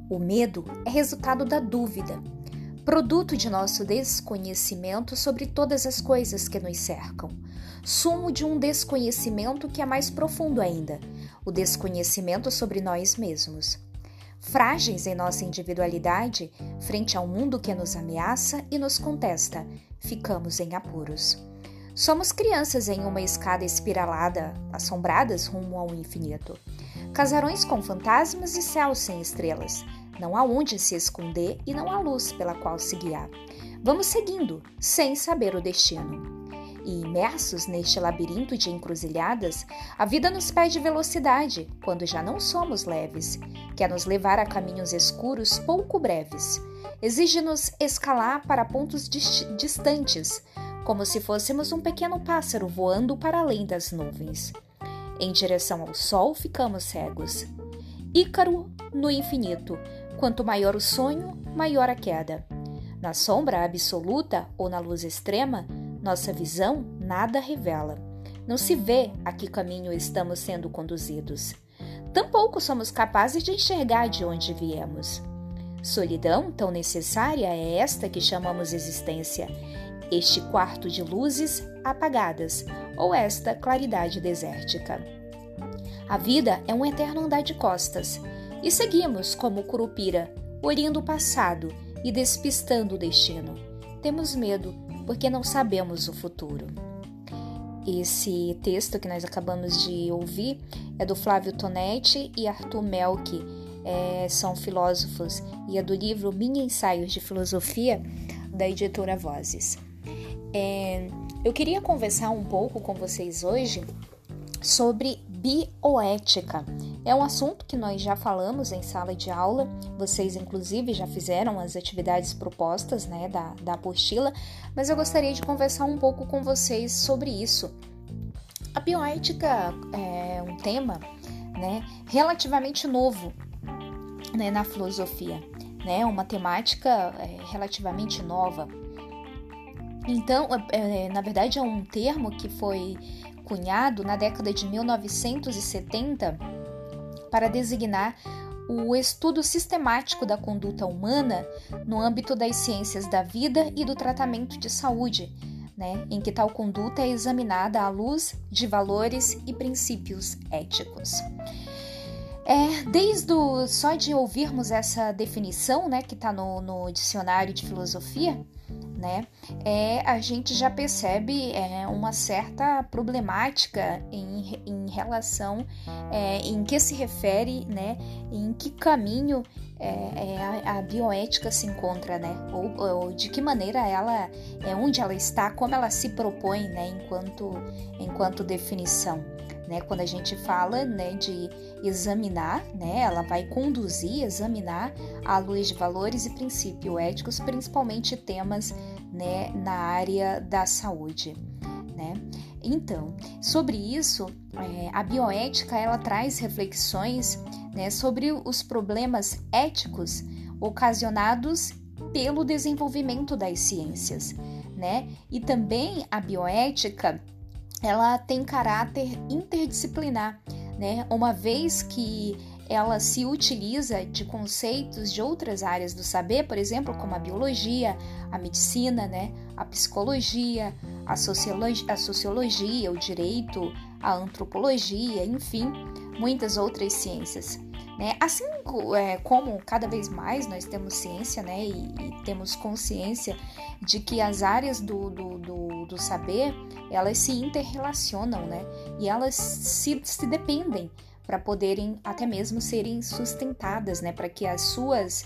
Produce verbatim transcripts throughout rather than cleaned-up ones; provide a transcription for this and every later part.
O medo é resultado da dúvida, produto de nosso desconhecimento sobre todas as coisas que nos cercam, sumo de um desconhecimento que é mais profundo ainda, o desconhecimento sobre nós mesmos. Frágeis em nossa individualidade, frente ao mundo que nos ameaça e nos contesta, ficamos em apuros. Somos crianças em uma escada espiralada, assombradas rumo ao infinito. Casarões com fantasmas e céus sem estrelas. Não há onde se esconder e não há luz pela qual se guiar. Vamos seguindo, sem saber o destino. E imersos neste labirinto de encruzilhadas, a vida nos pede velocidade, quando já não somos leves. Quer nos levar a caminhos escuros pouco breves. Exige-nos escalar para pontos dist- distantes, como se fôssemos um pequeno pássaro voando para além das nuvens. Em direção ao sol, ficamos cegos. Ícaro no infinito. Quanto maior o sonho, maior a queda. Na sombra absoluta ou na luz extrema, nossa visão nada revela. Não se vê a que caminho estamos sendo conduzidos. Tampouco somos capazes de enxergar de onde viemos. Solidão tão necessária é esta que chamamos existência, este quarto de luzes apagadas, ou esta claridade desértica. A vida é um eterno andar de costas, e seguimos como curupira, olhando o passado e despistando o destino. Temos medo, porque não sabemos o futuro. Esse texto que nós acabamos de ouvir é do Flávio Tonetti e Arthur Melk, é, são filósofos, e é do livro Mini Ensaios de Filosofia, da editora Vozes. É, eu queria conversar um pouco com vocês hoje sobre bioética. É um assunto que nós já falamos em sala de aula, vocês inclusive já fizeram as atividades propostas, né, da, da apostila, mas eu gostaria de conversar um pouco com vocês sobre isso. A bioética é um tema, né, relativamente novo, né, na filosofia, né, uma temática é, relativamente nova. Então, é, na verdade é um termo que foi cunhado na década de mil novecentos e setenta para designar o estudo sistemático da conduta humana no âmbito das ciências da vida e do tratamento de saúde, né, em que tal conduta é examinada à luz de valores e princípios éticos. É, desde o, só de ouvirmos essa definição, né, que está no, no dicionário de filosofia, né, é, a gente já percebe é, uma certa problemática em, em relação é, em que se refere, né, em que caminho é, é, a, a bioética se encontra, né, ou, ou de que maneira ela, é, onde ela está, como ela se propõe, né, enquanto, enquanto definição. Né, quando a gente fala, né, de examinar, né, ela vai conduzir, examinar à luz de valores e princípios éticos, principalmente temas, né, na área da saúde. Né? Então, sobre isso, é, a bioética ela traz reflexões, né, sobre os problemas éticos ocasionados pelo desenvolvimento das ciências. Né? E também a bioética ela tem caráter interdisciplinar, né? Uma vez que ela se utiliza de conceitos de outras áreas do saber, por exemplo, como a biologia, a medicina, né? A psicologia, a sociologia, a sociologia, o direito, a antropologia, enfim, muitas outras ciências. Né? Assim é, como cada vez mais nós temos ciência, né, e, e temos consciência de que as áreas do, do, do, do saber, elas se interrelacionam, né, e elas se, se dependem para poderem até mesmo serem sustentadas, né, para que as suas,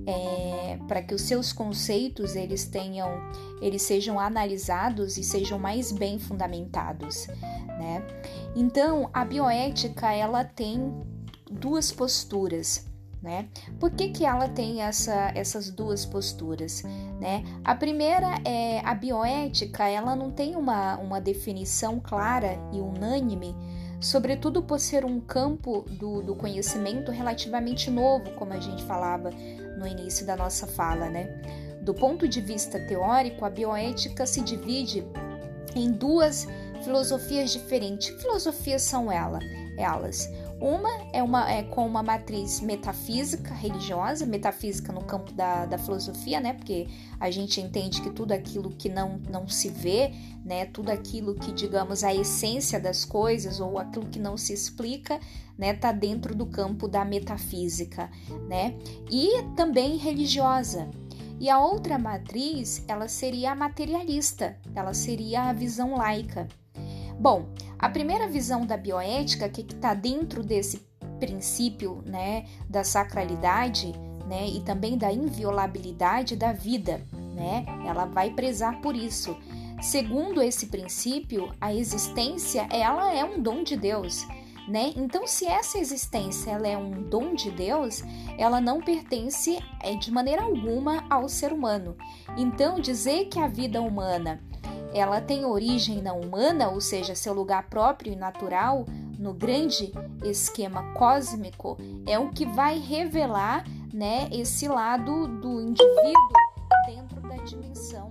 é, para que os seus conceitos eles tenham, eles sejam analisados e sejam mais bem fundamentados, né? Então a bioética ela tem duas posturas, né? Por que que ela tem essa, essas duas posturas, né? A primeira é a bioética, ela não tem uma, uma definição clara e unânime, sobretudo por ser um campo do, do conhecimento relativamente novo, como a gente falava no início da nossa fala, né? Do ponto de vista teórico, a bioética se divide em duas filosofias diferentes. Que filosofias são ela, elas? Uma é, uma é com uma matriz metafísica religiosa, metafísica no campo da, da filosofia, né? Porque a gente entende que tudo aquilo que não, não se vê, né? Tudo aquilo que, digamos, a essência das coisas ou aquilo que não se explica, né? Tá dentro do campo da metafísica, né? E também religiosa. E a outra matriz, ela seria a materialista, ela seria a visão laica. Bom, a primeira visão da bioética, que está dentro desse princípio, né, da sacralidade, né, e também da inviolabilidade da vida, né, ela vai prezar por isso. Segundo esse princípio, a existência, ela é um dom de Deus, né? Então, se essa existência ela é um dom de Deus, ela não pertence é, de maneira alguma ao ser humano. Então, dizer que a vida humana ela tem origem não humana, ou seja, seu lugar próprio e natural no grande esquema cósmico, é o que vai revelar, né, esse lado do indivíduo dentro da dimensão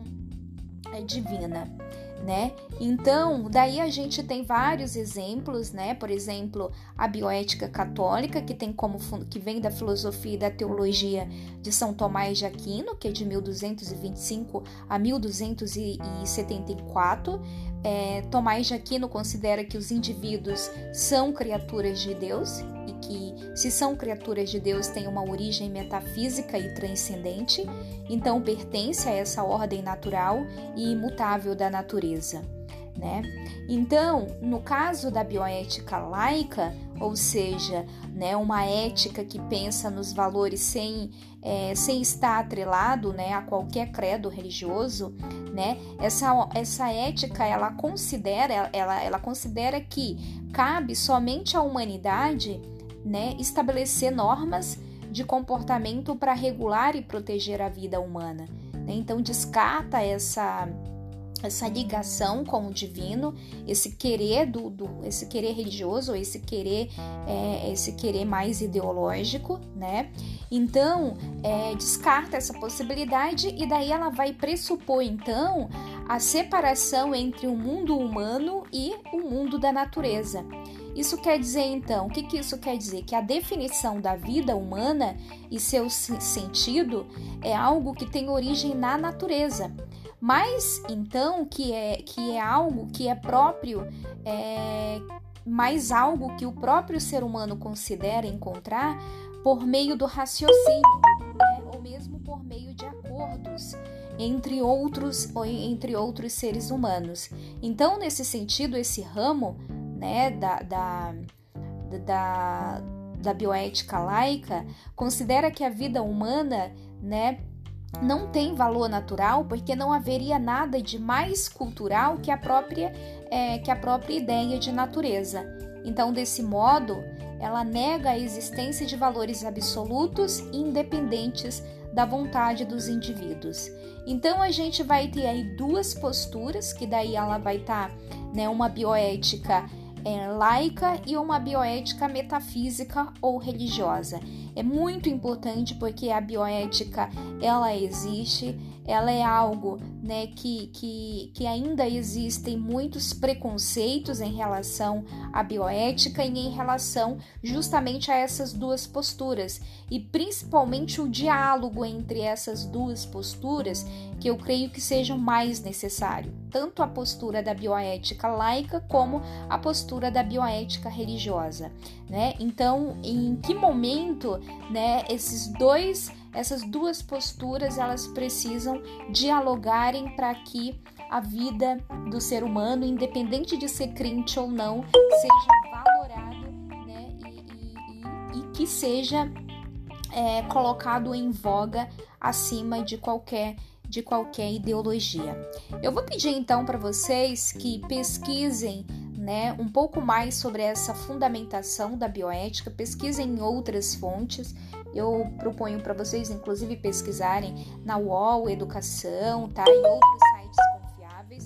é, divina, né? Então, daí a gente tem vários exemplos, né? Por exemplo, a bioética católica, que tem como que vem da filosofia e da teologia de São Tomás de Aquino, que é de mil duzentos e vinte e cinco a mil duzentos e setenta e quatro. É, Tomás de Aquino considera que os indivíduos são criaturas de Deus e que, se são criaturas de Deus, têm uma origem metafísica e transcendente, então pertence a essa ordem natural e imutável da natureza, né? Então, no caso da bioética laica, ou seja, né, uma ética que pensa nos valores sem, é, sem estar atrelado, né, a qualquer credo religioso, né, essa, essa ética ela considera, ela, ela considera que cabe somente à humanidade, né, estabelecer normas de comportamento para regular e proteger a vida humana, né? Então descarta essa essa ligação com o divino, esse querer do, do esse querer religioso, esse querer é, esse querer mais ideológico, né? Então é, descarta essa possibilidade e daí ela vai pressupor então a separação entre o mundo humano e o mundo da natureza. Isso quer dizer, então, o que, que isso quer dizer? Que a definição da vida humana e seu sentido é algo que tem origem na natureza, mas, então, que é, que é algo que é próprio, é, mais algo que o próprio ser humano considera encontrar por meio do raciocínio, né? Ou mesmo por meio de acordos entre outros, ou entre outros seres humanos. Então, nesse sentido, esse ramo, né, da, da, da, da bioética laica considera que a vida humana, né, não tem valor natural porque não haveria nada de mais cultural que a própria, é, que a própria ideia de natureza. Então, desse modo, ela nega a existência de valores absolutos e independentes da vontade dos indivíduos. Então, a gente vai ter aí duas posturas, que daí ela vai estar, tá, né, uma bioética É, laica e uma bioética metafísica ou religiosa. É muito importante porque a bioética, ela existe, ela é algo, né, que, que, que ainda existem muitos preconceitos em relação à bioética e em relação justamente a essas duas posturas, e principalmente o diálogo entre essas duas posturas, que eu creio que seja mais necessário, tanto a postura da bioética laica como a postura da bioética religiosa, né? Então, em que momento, né, esses dois, essas duas posturas, elas precisam dialogarem para que a vida do ser humano, independente de ser crente ou não, seja valorado, né, e, e, e, e que seja é, colocado em voga acima de qualquer de qualquer ideologia. Eu vou pedir então para vocês que pesquisem, né, um pouco mais sobre essa fundamentação da bioética, pesquisem em outras fontes. Eu proponho para vocês, inclusive, pesquisarem na U O L Educação, tá, em outros sites confiáveis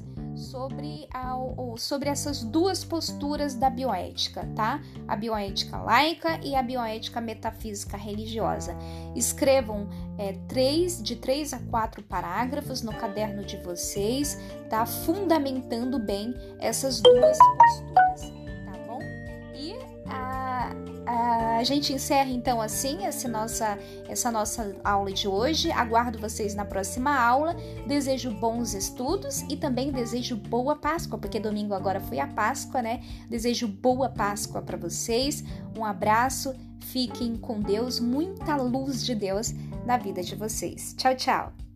sobre, a, sobre essas duas posturas da bioética, tá? A bioética laica e a bioética metafísica religiosa. Escrevam é, três, de três a quatro parágrafos no caderno de vocês, tá? Fundamentando bem essas duas posturas, tá bom? E a, a, a gente encerra então assim essa nossa, essa nossa aula de hoje. Aguardo vocês na próxima aula. Desejo bons estudos e também desejo boa Páscoa, porque domingo agora foi a Páscoa, né? Desejo boa Páscoa para vocês. Um abraço, fiquem com Deus, muita luz de Deus na vida de vocês. Tchau, tchau!